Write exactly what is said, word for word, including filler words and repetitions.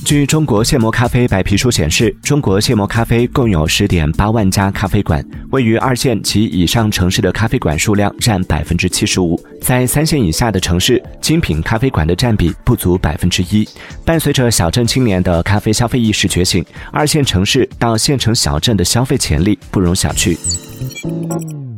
据中国现磨咖啡白皮书显示，中国现磨咖啡共有 十点八万家咖啡馆，位于二线及以上城市的咖啡馆数量占 百分之七十五， 在三线以下的城市，精品咖啡馆的占比不足 百分之一。 伴随着小镇青年的咖啡消费意识觉醒，二线城市到县城小镇的消费潜力不容小觑。